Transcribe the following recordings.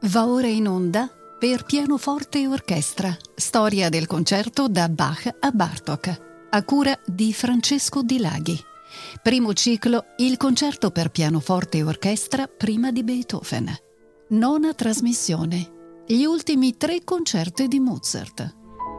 Va ora in onda per pianoforte e orchestra, storia del concerto da Bach a Bartók, a cura di Francesco Di Laghi. Primo ciclo, il concerto per pianoforte e orchestra prima di Beethoven. Nona trasmissione, gli ultimi 3 concerti di Mozart.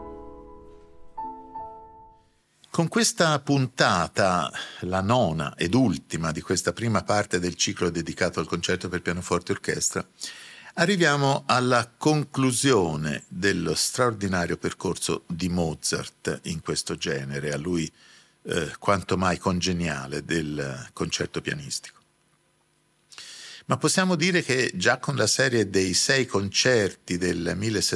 Con questa puntata, la nona ed ultima di questa prima parte del ciclo dedicato al concerto per pianoforte e orchestra, arriviamo alla conclusione dello straordinario percorso di Mozart in questo genere, a lui quanto mai congeniale del concerto pianistico. Ma possiamo dire che già con la serie dei 6 concerti del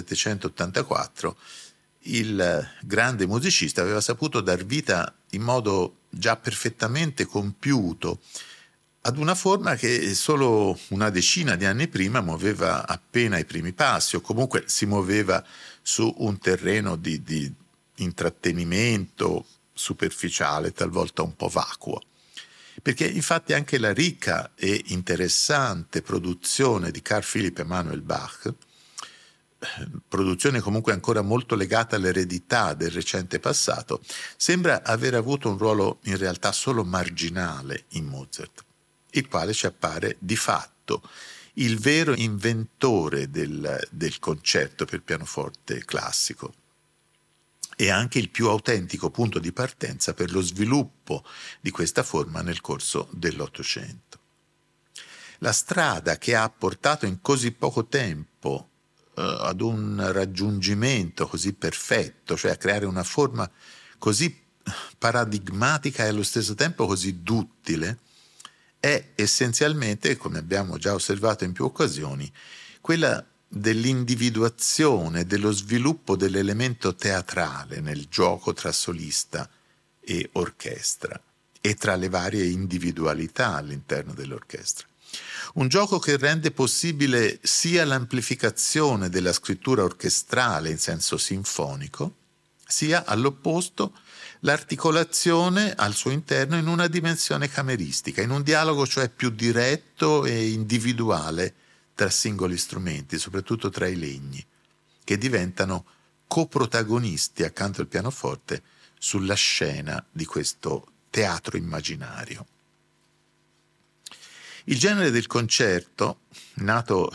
1784 il grande musicista aveva saputo dar vita in modo già perfettamente compiuto ad una forma che solo una decina di anni prima muoveva appena i primi passi, o comunque si muoveva su un terreno di intrattenimento superficiale, talvolta un po' vacuo. Perché infatti anche la ricca e interessante produzione di Carl Philipp Emanuel Bach, produzione comunque ancora molto legata all'eredità del recente passato, sembra aver avuto un ruolo in realtà solo marginale in Mozart, il quale ci appare di fatto il vero inventore del concerto per pianoforte classico e anche il più autentico punto di partenza per lo sviluppo di questa forma nel corso dell'Ottocento. La strada che ha portato in così poco tempo ad un raggiungimento così perfetto, cioè a creare una forma così paradigmatica e allo stesso tempo così duttile, è essenzialmente, come abbiamo già osservato in più occasioni, quella dell'individuazione, dello sviluppo dell'elemento teatrale nel gioco tra solista e orchestra e tra le varie individualità all'interno dell'orchestra. Un gioco che rende possibile sia l'amplificazione della scrittura orchestrale in senso sinfonico, sia all'opposto l'articolazione al suo interno in una dimensione cameristica, in un dialogo cioè più diretto e individuale tra singoli strumenti, soprattutto tra i legni, che diventano coprotagonisti accanto al pianoforte sulla scena di questo teatro immaginario. Il genere del concerto, nato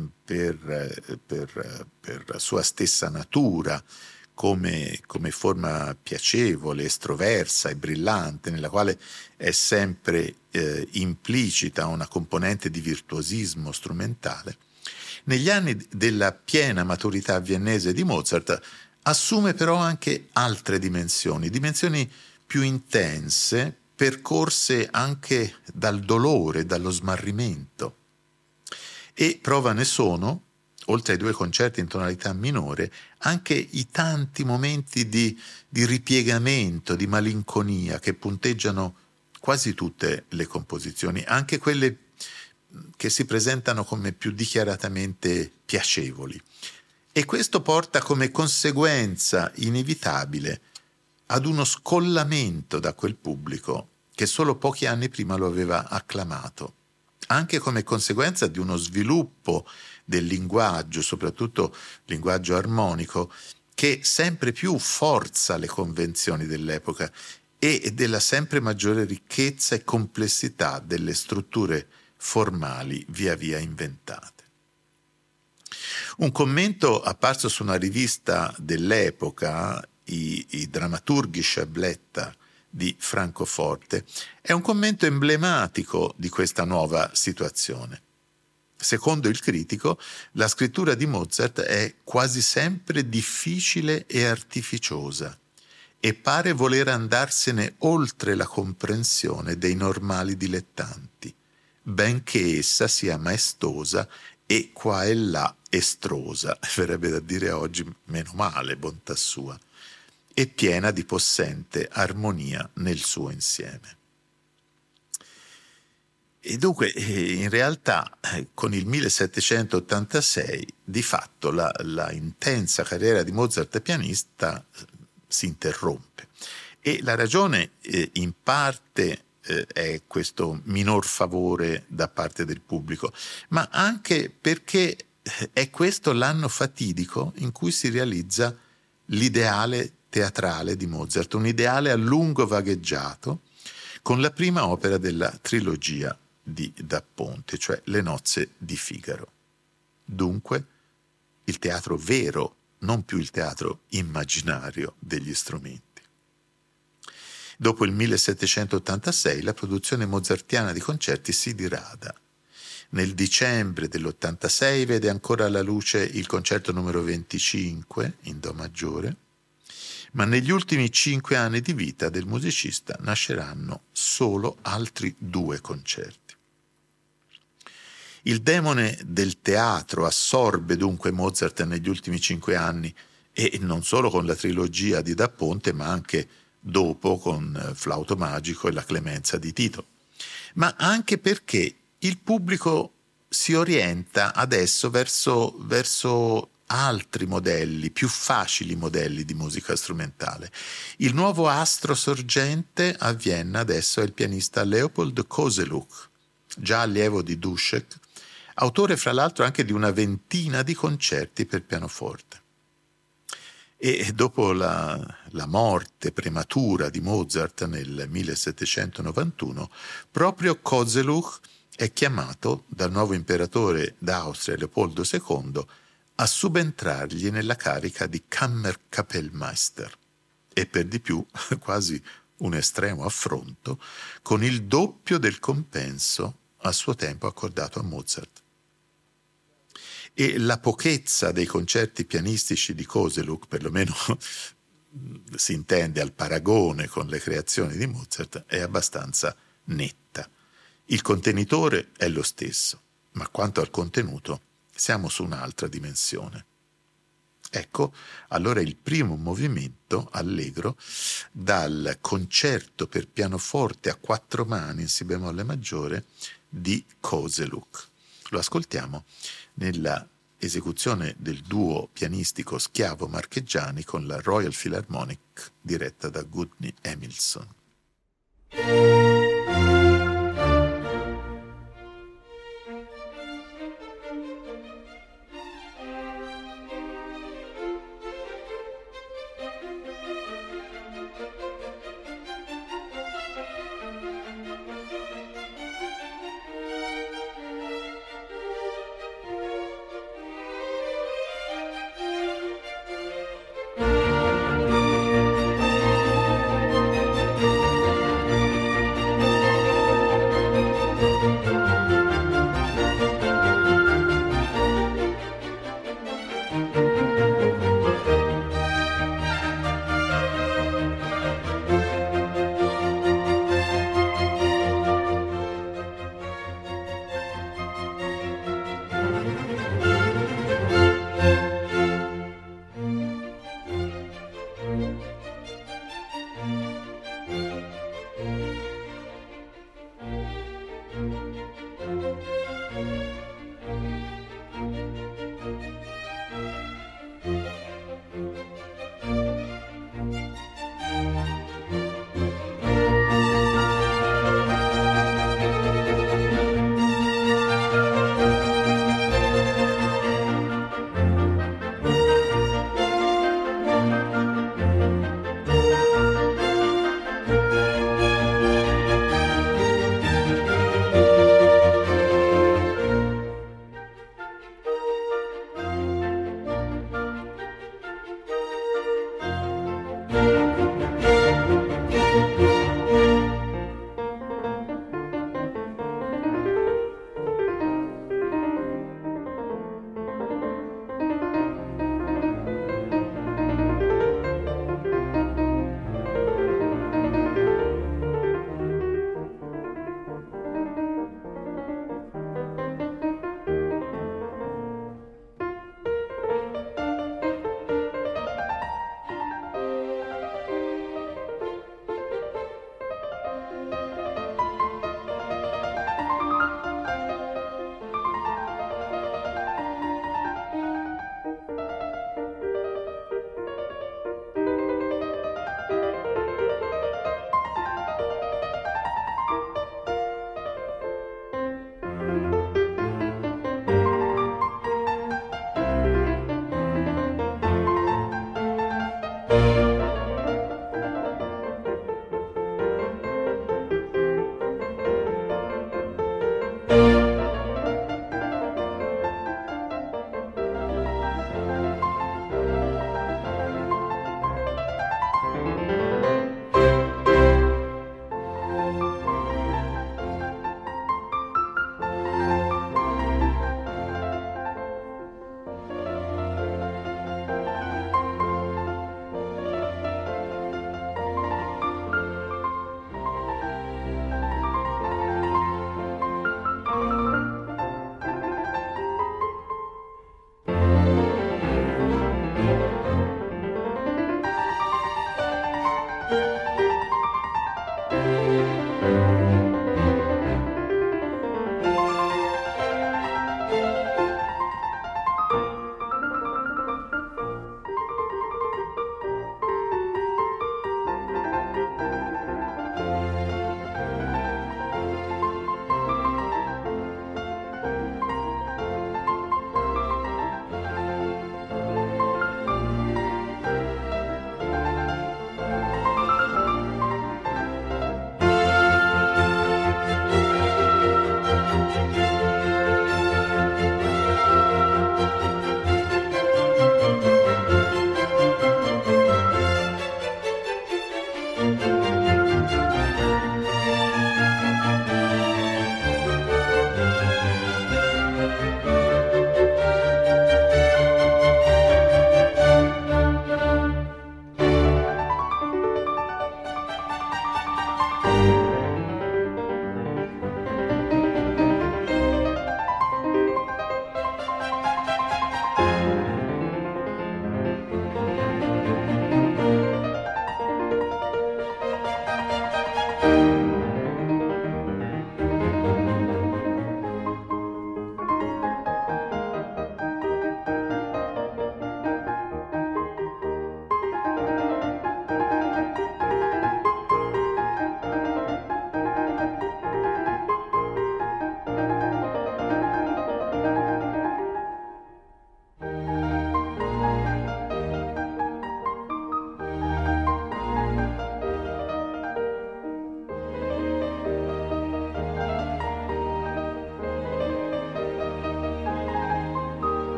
per sua stessa natura, come forma piacevole, estroversa e brillante, nella quale è sempre implicita una componente di virtuosismo strumentale, negli anni della piena maturità viennese di Mozart assume però anche altre dimensioni più intense, percorse anche dal dolore, dallo smarrimento. E prova ne sono, oltre ai 2 concerti in tonalità minore, anche i tanti momenti di ripiegamento, di malinconia che punteggiano quasi tutte le composizioni, anche quelle che si presentano come più dichiaratamente piacevoli. E questo porta come conseguenza inevitabile ad uno scollamento da quel pubblico che solo pochi anni prima lo aveva acclamato, anche come conseguenza di uno sviluppo del linguaggio, soprattutto linguaggio armonico, che sempre più forza le convenzioni dell'epoca e della sempre maggiore ricchezza e complessità delle strutture formali via via inventate. Un commento apparso su una rivista dell'epoca, i Dramaturgische Blätter di Francoforte, è un commento emblematico di questa nuova situazione. Secondo il critico, la scrittura di Mozart è quasi sempre difficile e artificiosa e pare voler andarsene oltre la comprensione dei normali dilettanti, benché essa sia maestosa e qua e là estrosa, verrebbe da dire oggi meno male, bontà sua, e piena di possente armonia nel suo insieme. E dunque, in realtà, con il 1786, di fatto la intensa carriera di Mozart pianista si interrompe. E la ragione, in parte, è questo minor favore da parte del pubblico, ma anche perché è questo l'anno fatidico in cui si realizza l'ideale teatrale di Mozart, un ideale a lungo vagheggiato, con la prima opera della trilogia da Ponte, cioè Le nozze di Figaro. Dunque, il teatro vero, non più il teatro immaginario degli strumenti. Dopo il 1786 la produzione mozartiana di concerti si dirada. Nel dicembre dell'86 vede ancora la luce il concerto numero 25 in Do maggiore, ma negli ultimi 5 anni di vita del musicista nasceranno solo altri 2 concerti. Il demone del teatro assorbe dunque Mozart negli ultimi 5 anni, e non solo con la trilogia di Da Ponte, ma anche dopo con Flauto Magico e La Clemenza di Tito, ma anche perché il pubblico si orienta adesso verso altri modelli, più facili modelli di musica strumentale. Il nuovo astro sorgente a Vienna adesso è il pianista Leopold Koseluk, già allievo di Duschek, autore fra l'altro anche di una ventina di concerti per pianoforte. E dopo la morte prematura di Mozart nel 1791, proprio Koseluk è chiamato dal nuovo imperatore d'Austria Leopoldo II a subentrargli nella carica di Kammerkapellmeister, e per di più quasi un estremo affronto, con il doppio del compenso a suo tempo accordato a Mozart. E la pochezza dei concerti pianistici di Koseluk, perlomeno si intende al paragone con le creazioni di Mozart, è abbastanza netta. Il contenitore è lo stesso, ma quanto al contenuto siamo su un'altra dimensione. Ecco allora il primo movimento allegro dal concerto per pianoforte a 4 mani in si bemolle maggiore di Koseluk. Lo ascoltiamo nella esecuzione del duo pianistico Schiavo-Marchegiani con la Royal Philharmonic diretta da Gudny Emilsson.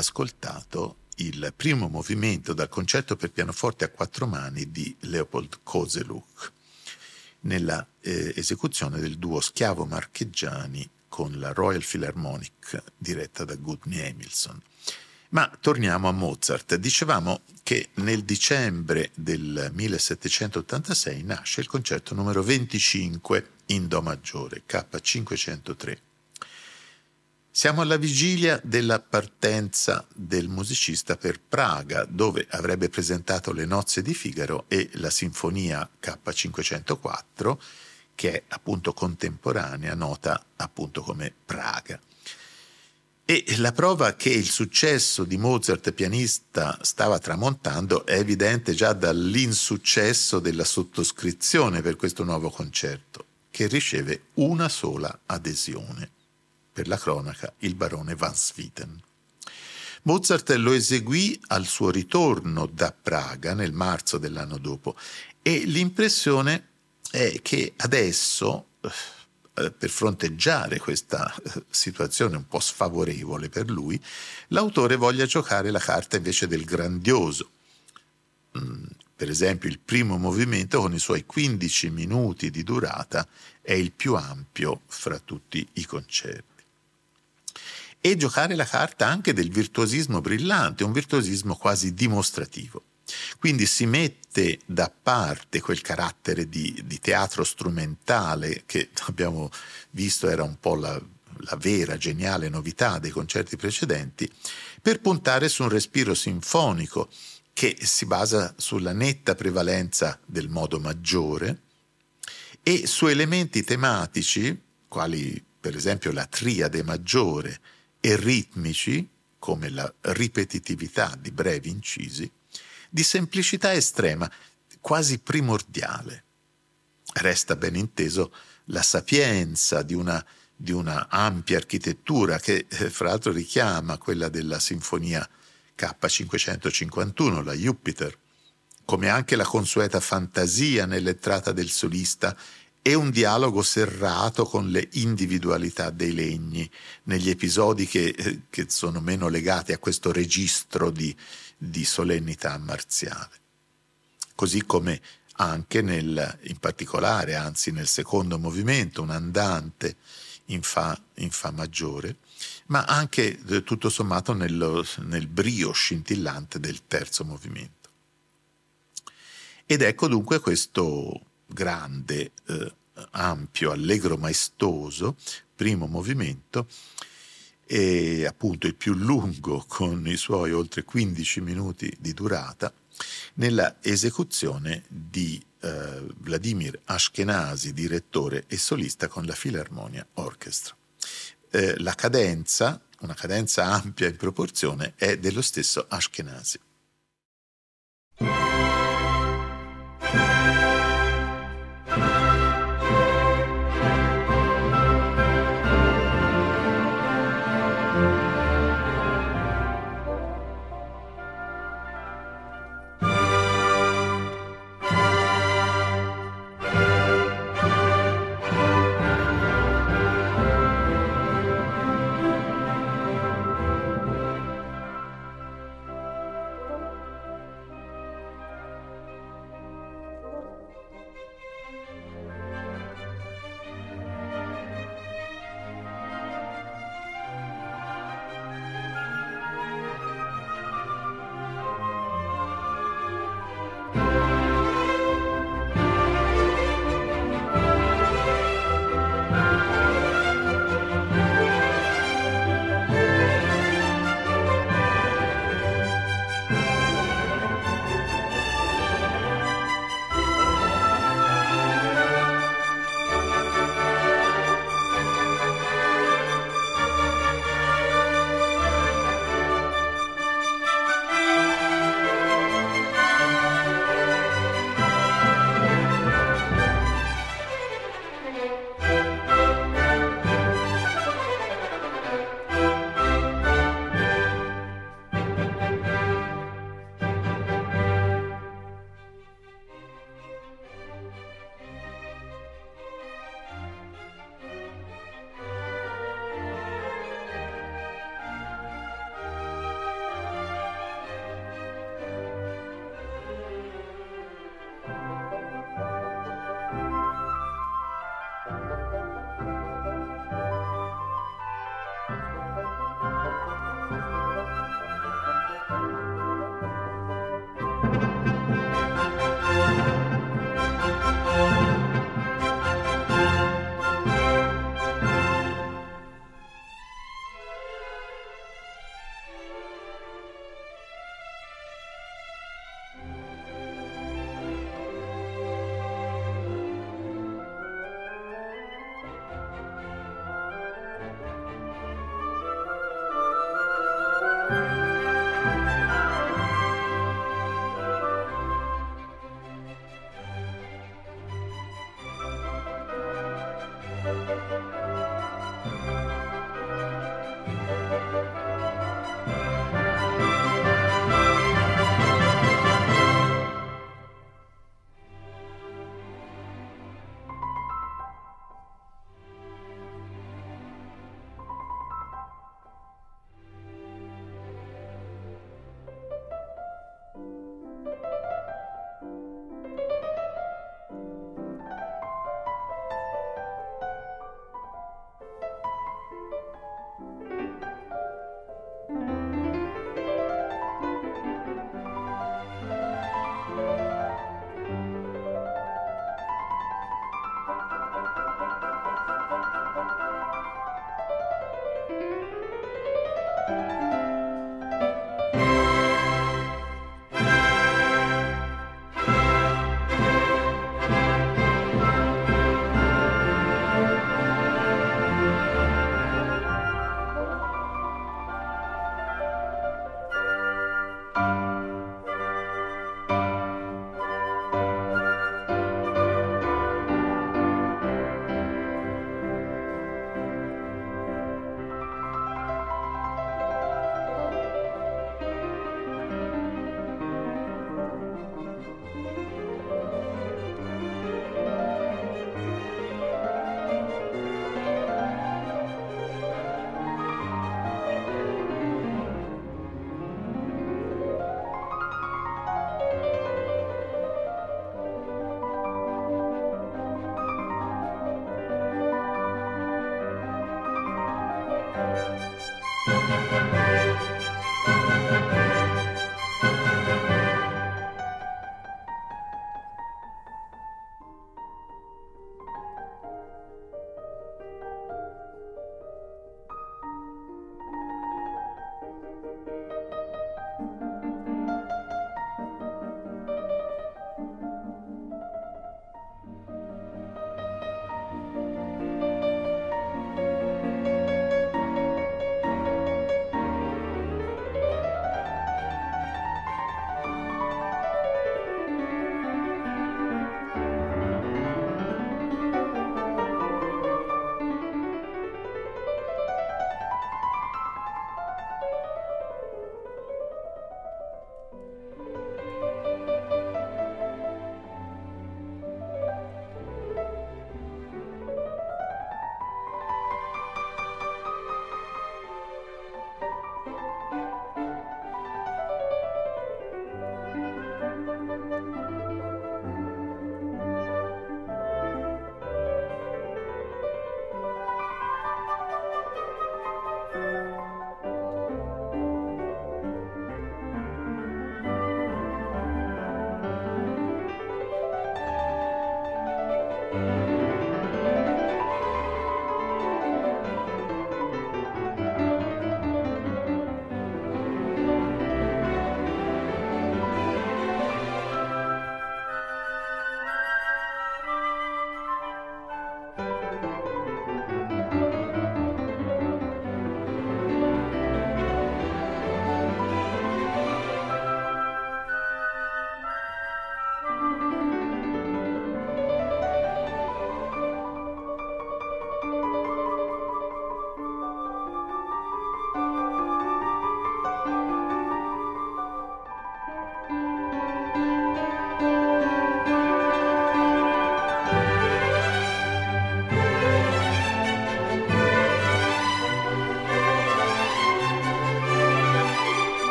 ascoltato il primo movimento dal concerto per pianoforte a 4 mani di Leopold Koselleck, nella esecuzione del duo Schiavo-Marchegiani con la Royal Philharmonic diretta da Gudny Emilsson. Ma torniamo a Mozart. Dicevamo che nel dicembre del 1786 nasce il concerto numero 25 in Do maggiore, K503. Siamo alla vigilia della partenza del musicista per Praga, dove avrebbe presentato le Nozze di Figaro e la Sinfonia K504, che è appunto contemporanea, nota appunto come Praga. E la prova che il successo di Mozart pianista stava tramontando è evidente già dall'insuccesso della sottoscrizione per questo nuovo concerto, che riceve una sola adesione. Per la cronaca, il barone Van Swieten. Mozart lo eseguì al suo ritorno da Praga nel marzo dell'anno dopo e l'impressione è che adesso, per fronteggiare questa situazione un po' sfavorevole per lui, l'autore voglia giocare la carta invece del grandioso. Per esempio, il primo movimento, con i suoi 15 minuti di durata, è il più ampio fra tutti i concerti. E giocare la carta anche del virtuosismo brillante, un virtuosismo quasi dimostrativo. Quindi si mette da parte quel carattere di teatro strumentale che abbiamo visto era un po' la vera geniale novità dei concerti precedenti, per puntare su un respiro sinfonico che si basa sulla netta prevalenza del modo maggiore e su elementi tematici, quali per esempio la triade maggiore, e ritmici, come la ripetitività di brevi incisi, di semplicità estrema, quasi primordiale. Resta ben inteso la sapienza di una ampia architettura che fra l'altro richiama quella della Sinfonia K551, la Jupiter, come anche la consueta fantasia nell'entrata del solista e un dialogo serrato con le individualità dei legni negli episodi che sono meno legati a questo registro di solennità marziale. Così come anche in particolare, anzi nel secondo movimento, un andante in fa maggiore, ma anche tutto sommato nel brio scintillante del terzo movimento. Ed ecco dunque questo grande, ampio, allegro maestoso primo movimento, e appunto il più lungo con i suoi oltre 15 minuti di durata, nella esecuzione di Vladimir Ashkenazy, direttore e solista con la Philharmonia Orchestra. La cadenza, una cadenza ampia in proporzione, è dello stesso Ashkenazy.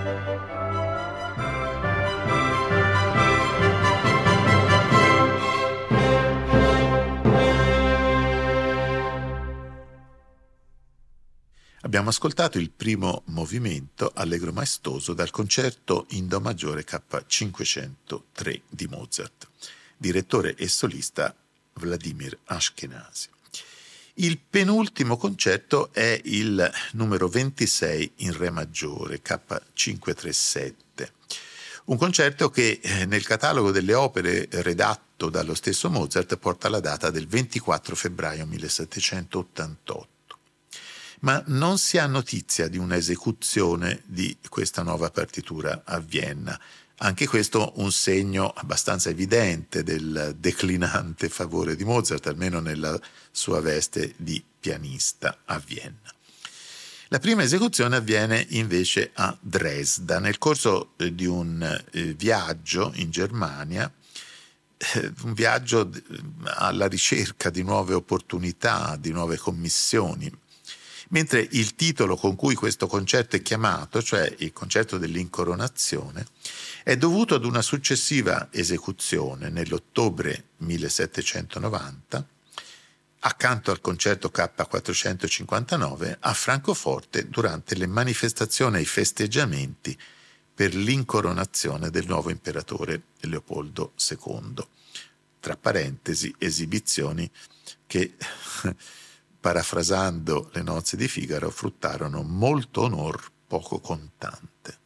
Abbiamo ascoltato il primo movimento allegro maestoso dal concerto in Do maggiore K503 di Mozart, direttore e solista Vladimir Ashkenazy. Il penultimo concerto è il numero 26 in Re maggiore K537, un concerto che nel catalogo delle opere redatto dallo stesso Mozart porta la data del 24 febbraio 1788. Ma non si ha notizia di un'esecuzione di questa nuova partitura a Vienna. Anche questo un segno abbastanza evidente del declinante favore di Mozart, almeno nella sua veste di pianista a Vienna. La prima esecuzione avviene invece a Dresda, nel corso di un viaggio in Germania, un viaggio alla ricerca di nuove opportunità, di nuove commissioni. Mentre il titolo con cui questo concerto è chiamato, cioè il concerto dell'incoronazione, è dovuto ad una successiva esecuzione nell'ottobre 1790, accanto al concerto K459 a Francoforte durante le manifestazioni e i festeggiamenti per l'incoronazione del nuovo imperatore Leopoldo II. Tra parentesi, esibizioni che parafrasando le nozze di Figaro, fruttarono molto onor poco contante.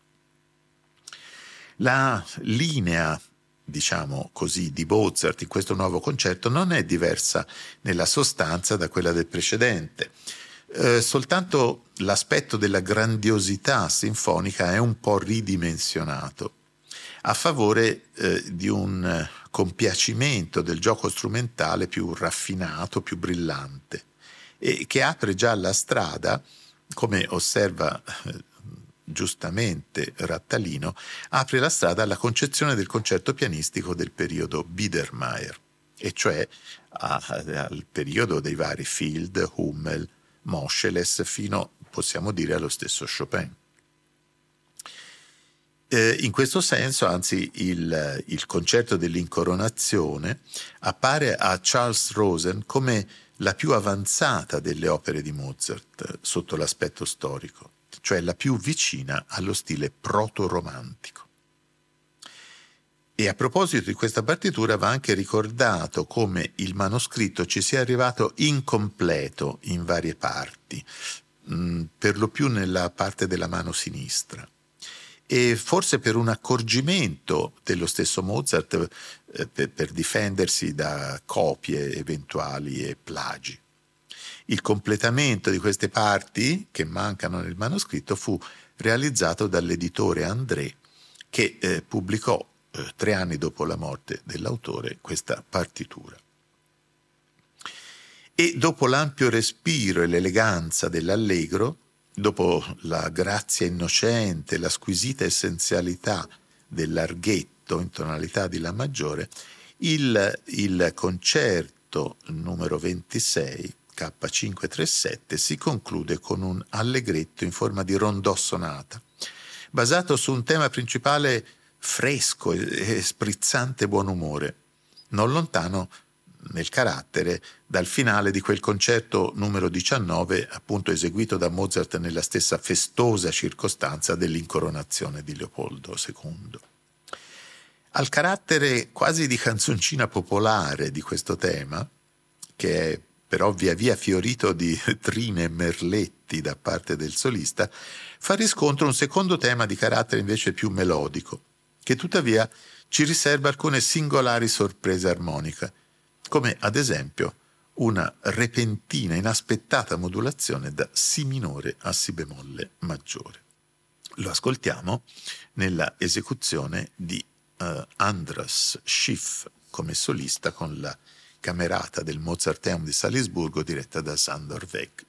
La linea, diciamo così, di Mozart in questo nuovo concerto non è diversa nella sostanza da quella del precedente. Soltanto l'aspetto della grandiosità sinfonica è un po' ridimensionato a favore di un compiacimento del gioco strumentale più raffinato, più brillante, e che apre già la strada, come osserva giustamente Rattalino, apre la strada alla concezione del concerto pianistico del periodo Biedermeier, e cioè al periodo dei vari Field, Hummel, Moscheles, fino, possiamo dire, allo stesso Chopin. In questo senso, anzi, il concerto dell'incoronazione appare a Charles Rosen come la più avanzata delle opere di Mozart sotto l'aspetto storico, cioè la più vicina allo stile proto-romantico. E a proposito di questa partitura va anche ricordato come il manoscritto ci sia arrivato incompleto in varie parti, per lo più nella parte della mano sinistra. E forse per un accorgimento dello stesso Mozart per difendersi da copie eventuali e plagi. Il completamento di queste parti che mancano nel manoscritto fu realizzato dall'editore André, che pubblicò 3 anni dopo la morte dell'autore questa partitura. E dopo l'ampio respiro e l'eleganza dell'allegro, dopo la grazia innocente, la squisita essenzialità del larghetto in tonalità di La maggiore, il concerto numero 26, K537, si conclude con un allegretto in forma di rondò sonata, basato su un tema principale fresco e sprizzante buon umore, non lontano nel carattere dal finale di quel concerto numero 19, appunto eseguito da Mozart nella stessa festosa circostanza dell'incoronazione di Leopoldo II. Al carattere quasi di canzoncina popolare di questo tema, che è però via via fiorito di trine e merletti da parte del solista, fa riscontro un secondo tema di carattere invece più melodico, che tuttavia ci riserva alcune singolari sorprese armoniche, come ad esempio una repentina, inaspettata modulazione da Si minore a Si bemolle maggiore. Lo ascoltiamo nella esecuzione di Andras Schiff come solista con la camerata del Mozarteum di Salisburgo diretta da Sándor Vég.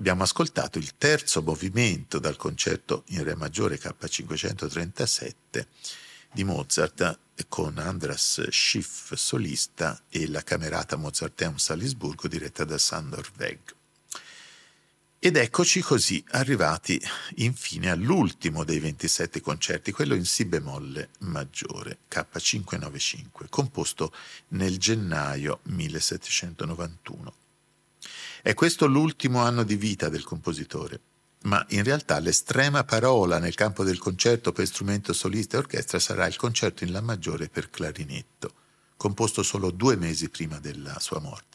Abbiamo ascoltato il terzo movimento dal concerto in Re maggiore K537 di Mozart con Andras Schiff solista e la Camerata Mozarteum Salisburgo diretta da Sándor Weg. Ed eccoci così arrivati infine all'ultimo dei 27 concerti, quello in Si bemolle maggiore, K595, composto nel gennaio 1791. È questo l'ultimo anno di vita del compositore, ma in realtà l'estrema parola nel campo del concerto per strumento solista e orchestra sarà il concerto in La maggiore per clarinetto, composto solo 2 mesi prima della sua morte.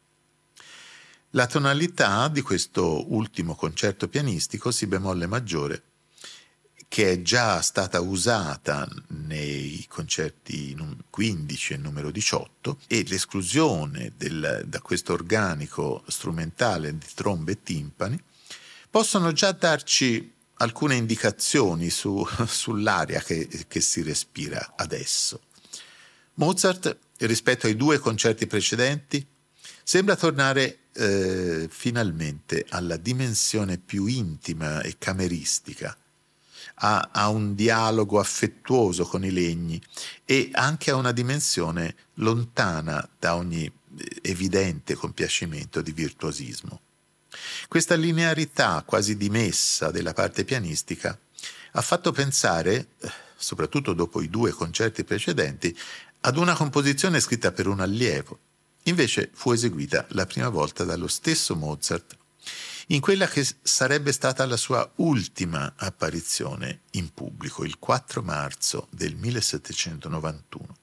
La tonalità di questo ultimo concerto pianistico, Si bemolle maggiore, che è già stata usata nei concerti 15 e numero 18, e l'esclusione da questo organico strumentale di trombe e timpani, possono già darci alcune indicazioni sull'aria che si respira adesso. Mozart, rispetto ai 2 concerti precedenti, sembra tornare finalmente alla dimensione più intima e cameristica, a un dialogo affettuoso con i legni e anche a una dimensione lontana da ogni evidente compiacimento di virtuosismo. Questa linearità quasi dimessa della parte pianistica ha fatto pensare, soprattutto dopo i 2 concerti precedenti, ad una composizione scritta per un allievo. Invece fu eseguita la prima volta dallo stesso Mozart in quella che sarebbe stata la sua ultima apparizione in pubblico, il 4 marzo del 1791.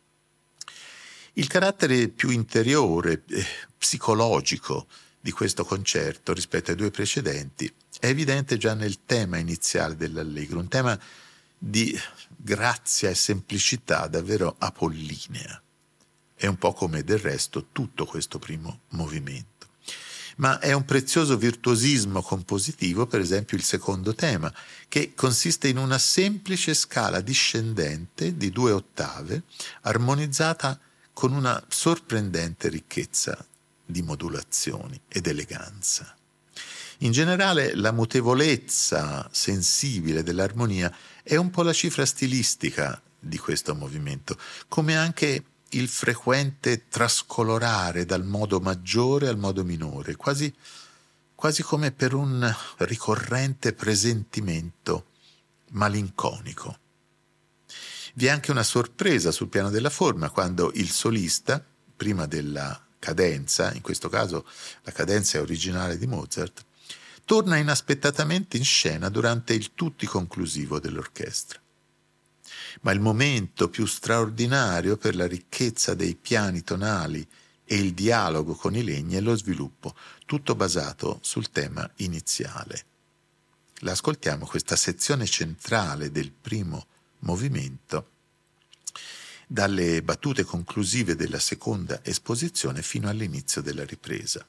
Il carattere più interiore, psicologico di questo concerto rispetto ai 2 precedenti è evidente già nel tema iniziale dell'Allegro, un tema di grazia e semplicità davvero apollinea. È un po' come del resto tutto questo primo movimento. Ma è un prezioso virtuosismo compositivo, per esempio il secondo tema, che consiste in una semplice scala discendente di 2 ottave, armonizzata con una sorprendente ricchezza di modulazioni ed eleganza. In generale, la mutevolezza sensibile dell'armonia è un po' la cifra stilistica di questo movimento, come anche il frequente trascolorare dal modo maggiore al modo minore, quasi come per un ricorrente presentimento malinconico. Vi è anche una sorpresa sul piano della forma quando il solista, prima della cadenza, in questo caso la cadenza è originale di Mozart, torna inaspettatamente in scena durante il tutti conclusivo dell'orchestra. Ma il momento più straordinario per la ricchezza dei piani tonali e il dialogo con i legni è lo sviluppo, tutto basato sul tema iniziale. L'ascoltiamo, questa sezione centrale del primo movimento, dalle battute conclusive della seconda esposizione fino all'inizio della ripresa.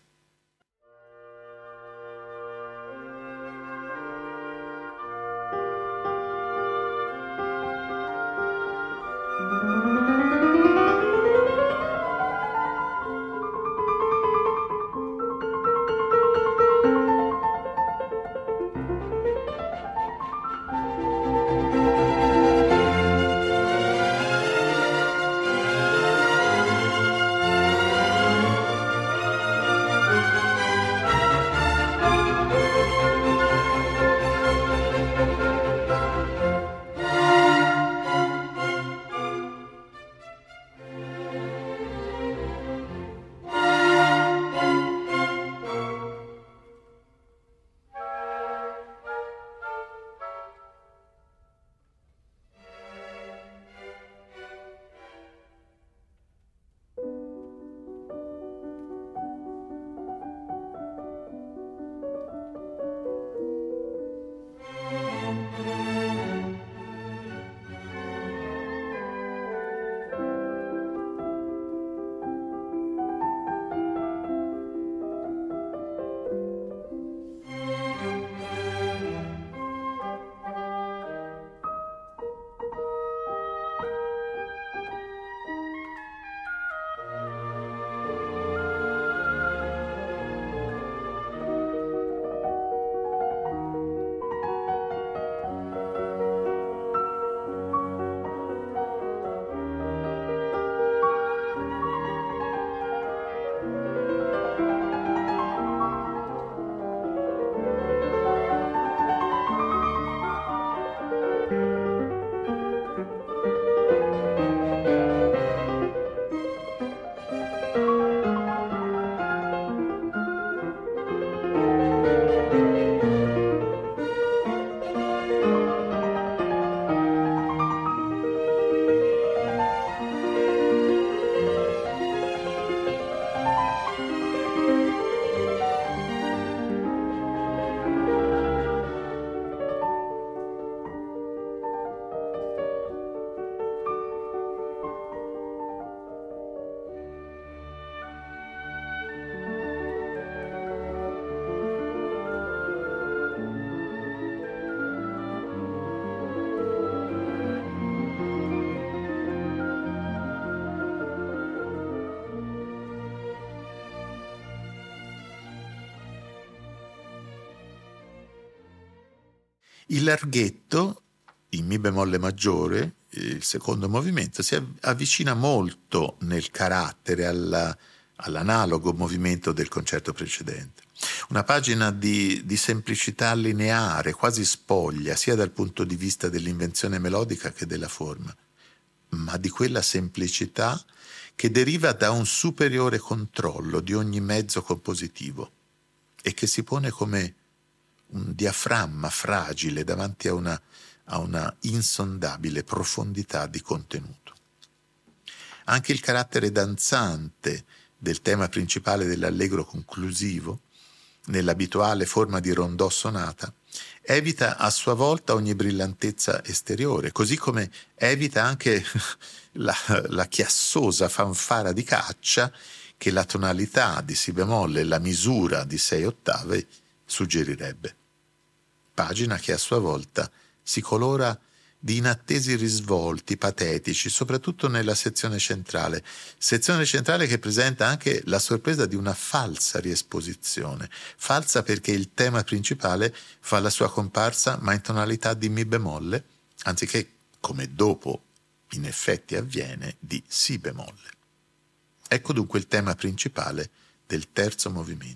Il larghetto, in Mi bemolle maggiore, il secondo movimento, si avvicina molto nel carattere all'analogo movimento del concerto precedente. Una pagina di semplicità lineare, quasi spoglia, sia dal punto di vista dell'invenzione melodica che della forma, ma di quella semplicità che deriva da un superiore controllo di ogni mezzo compositivo e che si pone come un diaframma fragile davanti a una insondabile profondità di contenuto. Anche il carattere danzante del tema principale dell'allegro conclusivo, nell'abituale forma di rondò sonata, evita a sua volta ogni brillantezza esteriore, così come evita anche la chiassosa fanfara di caccia che la tonalità di Si bemolle e la misura di 6 ottave suggerirebbe. Pagina che a sua volta si colora di inattesi risvolti patetici, soprattutto nella sezione centrale che presenta anche la sorpresa di una falsa riesposizione, falsa perché il tema principale fa la sua comparsa ma in tonalità di Mi bemolle, anziché, come dopo in effetti avviene, di Si bemolle. Ecco dunque il tema principale del terzo movimento.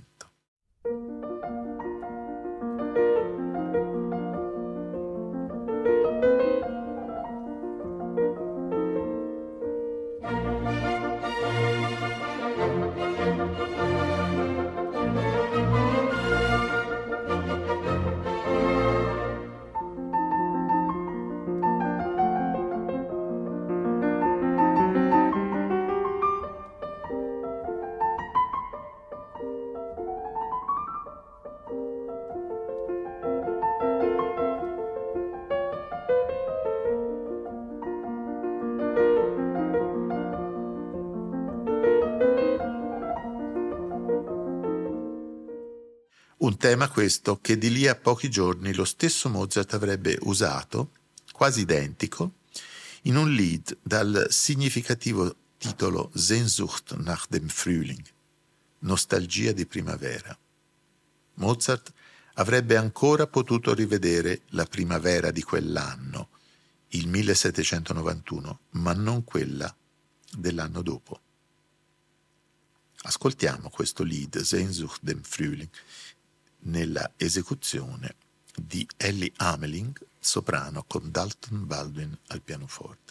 Un tema questo che di lì a pochi giorni lo stesso Mozart avrebbe usato, quasi identico, in un Lied dal significativo titolo Sehnsucht nach dem Frühling, nostalgia di primavera. Mozart avrebbe ancora potuto rivedere la primavera di quell'anno, il 1791, ma non quella dell'anno dopo. Ascoltiamo questo Lied, Sehnsucht dem Frühling, nella esecuzione di Ellie Ameling, soprano, con Dalton Baldwin al pianoforte.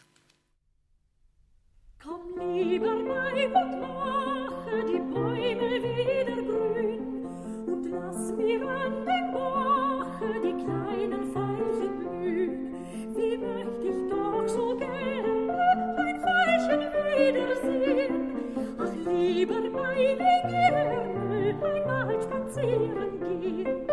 Komm lieber bei und mache die Bäume wieder grün und lass mir an dem Bache die kleinen Veilchen blühen. Wie möcht ich doch so gerne ein Veilchen wiedersehen. Ach, lieber bei wie gerne einmal spazieren gehen.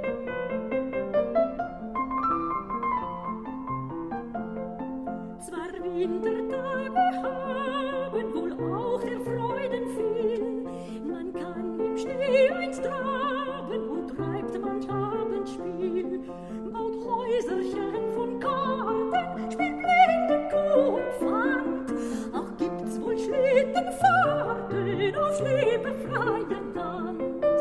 Zwar Wintertage haben wohl auch der Freuden viel, man kann im Schnee einst traben und treibt manch Abendspiel, baut Häuserchen von Karten, spielt Blindenkuh und Pfand, auch gibt's wohl Schlittenfahrten auf schneebefreiem Land.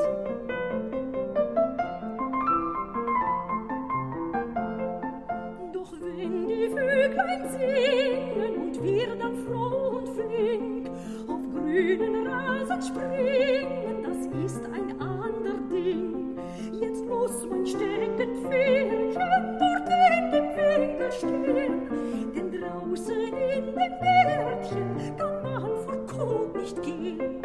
Doch wenn die Vöglein singen und wir dann froh und flink auf grünen Rasen springen, das ist ein ander Ding. Jetzt muss mein Steckenpferdchen dort in dem Winkel stehen, denn draußen in dem Gärtchen kann man vor Kot nicht gehen.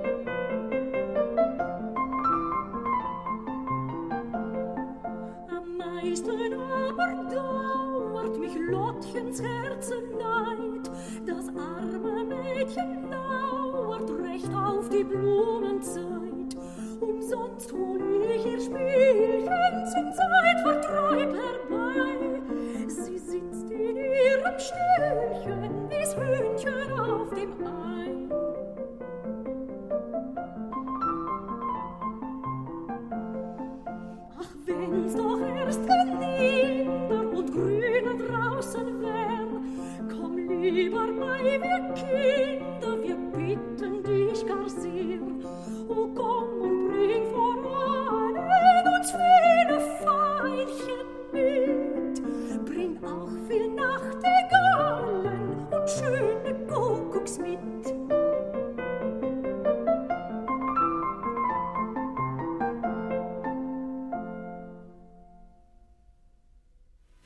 Am meisten aber dauert mich Lottchens Herzenleid, das arme Mädchen lauert recht auf die Blumenzeit. Umsonst hol ich ihr Spielchen zum Zeitvertreib herbei. Sie sitzt in ihrem Stühlchen, wie's Hühnchen auf dem Ei. Ach, wenn's doch erst gelinder und grüner draußen wär, komm lieber bei mir Kinder, wir bitten dich gar sehr. O komm und bring vor allen uns viele Veilchen mit.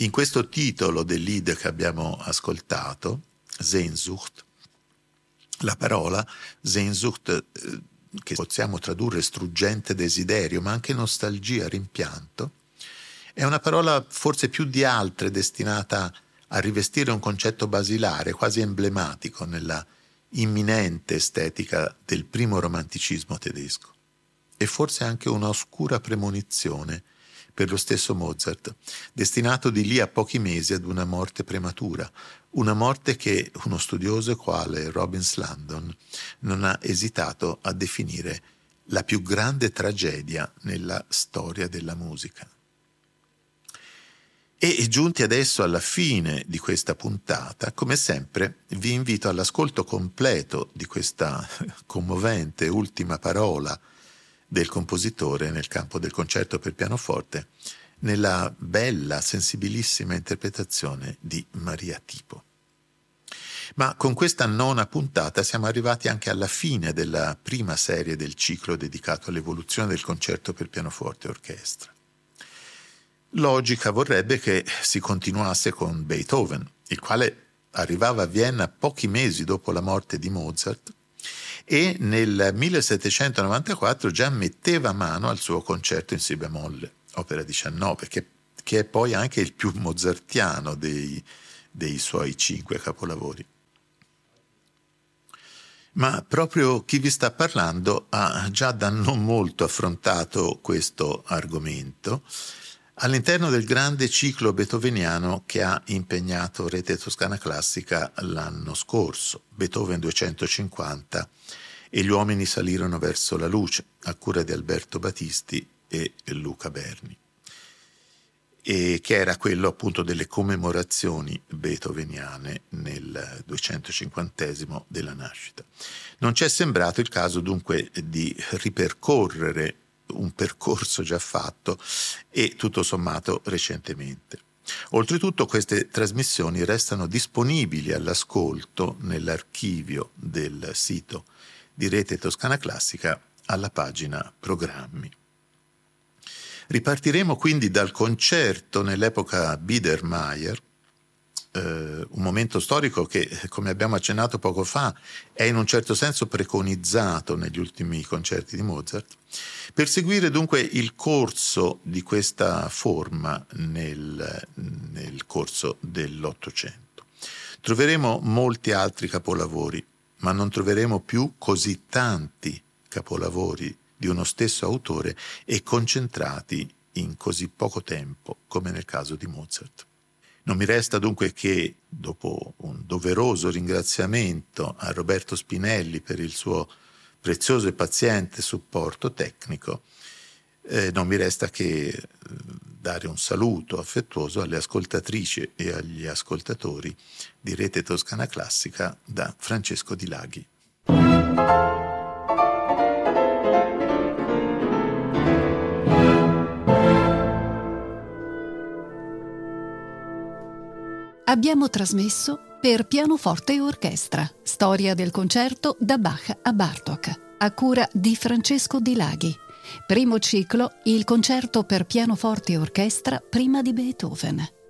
In questo titolo del Lied che abbiamo ascoltato, Sehnsucht, la parola Sehnsucht, che possiamo tradurre struggente desiderio, ma anche nostalgia, rimpianto, è una parola forse più di altre destinata a rivestire un concetto basilare, quasi emblematico nella imminente estetica del primo romanticismo tedesco, e forse anche una oscura premonizione per lo stesso Mozart, destinato di lì a pochi mesi ad una morte prematura, una morte che uno studioso quale Robin Slandon non ha esitato a definire la più grande tragedia nella storia della musica. E giunti adesso alla fine di questa puntata, come sempre vi invito all'ascolto completo di questa commovente ultima parola del compositore nel campo del concerto per pianoforte, nella bella, sensibilissima interpretazione di Maria Tipo. Ma con questa 9ª puntata siamo arrivati anche alla fine della prima serie del ciclo dedicato all'evoluzione del concerto per pianoforte e orchestra. Logica vorrebbe che si continuasse con Beethoven, il quale arrivava a Vienna pochi mesi dopo la morte di Mozart e nel 1794 già metteva mano al suo concerto in si bemolle, opera 19, che è poi anche il più mozartiano dei suoi 5 capolavori. Ma proprio chi vi sta parlando ha già da non molto affrontato questo argomento all'interno del grande ciclo beethoveniano che ha impegnato Rete Toscana Classica l'anno scorso, Beethoven 250 e Gli uomini salirono verso la luce, a cura di Alberto Battisti e Luca Berni, e che era quello appunto delle commemorazioni beethoveniane nel 250° della nascita. Non ci è sembrato il caso dunque di ripercorrere un percorso già fatto e tutto sommato recentemente. Oltretutto queste trasmissioni restano disponibili all'ascolto nell'archivio del sito di Rete Toscana Classica alla pagina Programmi. Ripartiremo quindi dal concerto nell'epoca Biedermeier, un momento storico che, come abbiamo accennato poco fa, è in un certo senso preconizzato negli ultimi concerti di Mozart, per seguire dunque il corso di questa forma nel corso dell'Ottocento. Troveremo molti altri capolavori, ma non troveremo più così tanti capolavori di uno stesso autore e concentrati in così poco tempo come nel caso di Mozart. Non mi resta dunque che, dopo un doveroso ringraziamento a Roberto Spinelli per il suo prezioso e paziente supporto tecnico, non mi resta che dare un saluto affettuoso alle ascoltatrici e agli ascoltatori di Rete Toscana Classica da Francesco Di Laghi. Abbiamo trasmesso Per pianoforte e orchestra, storia del concerto da Bach a Bartók, a cura di Francesco Di Laghi. Primo ciclo, il concerto per pianoforte e orchestra prima di Beethoven.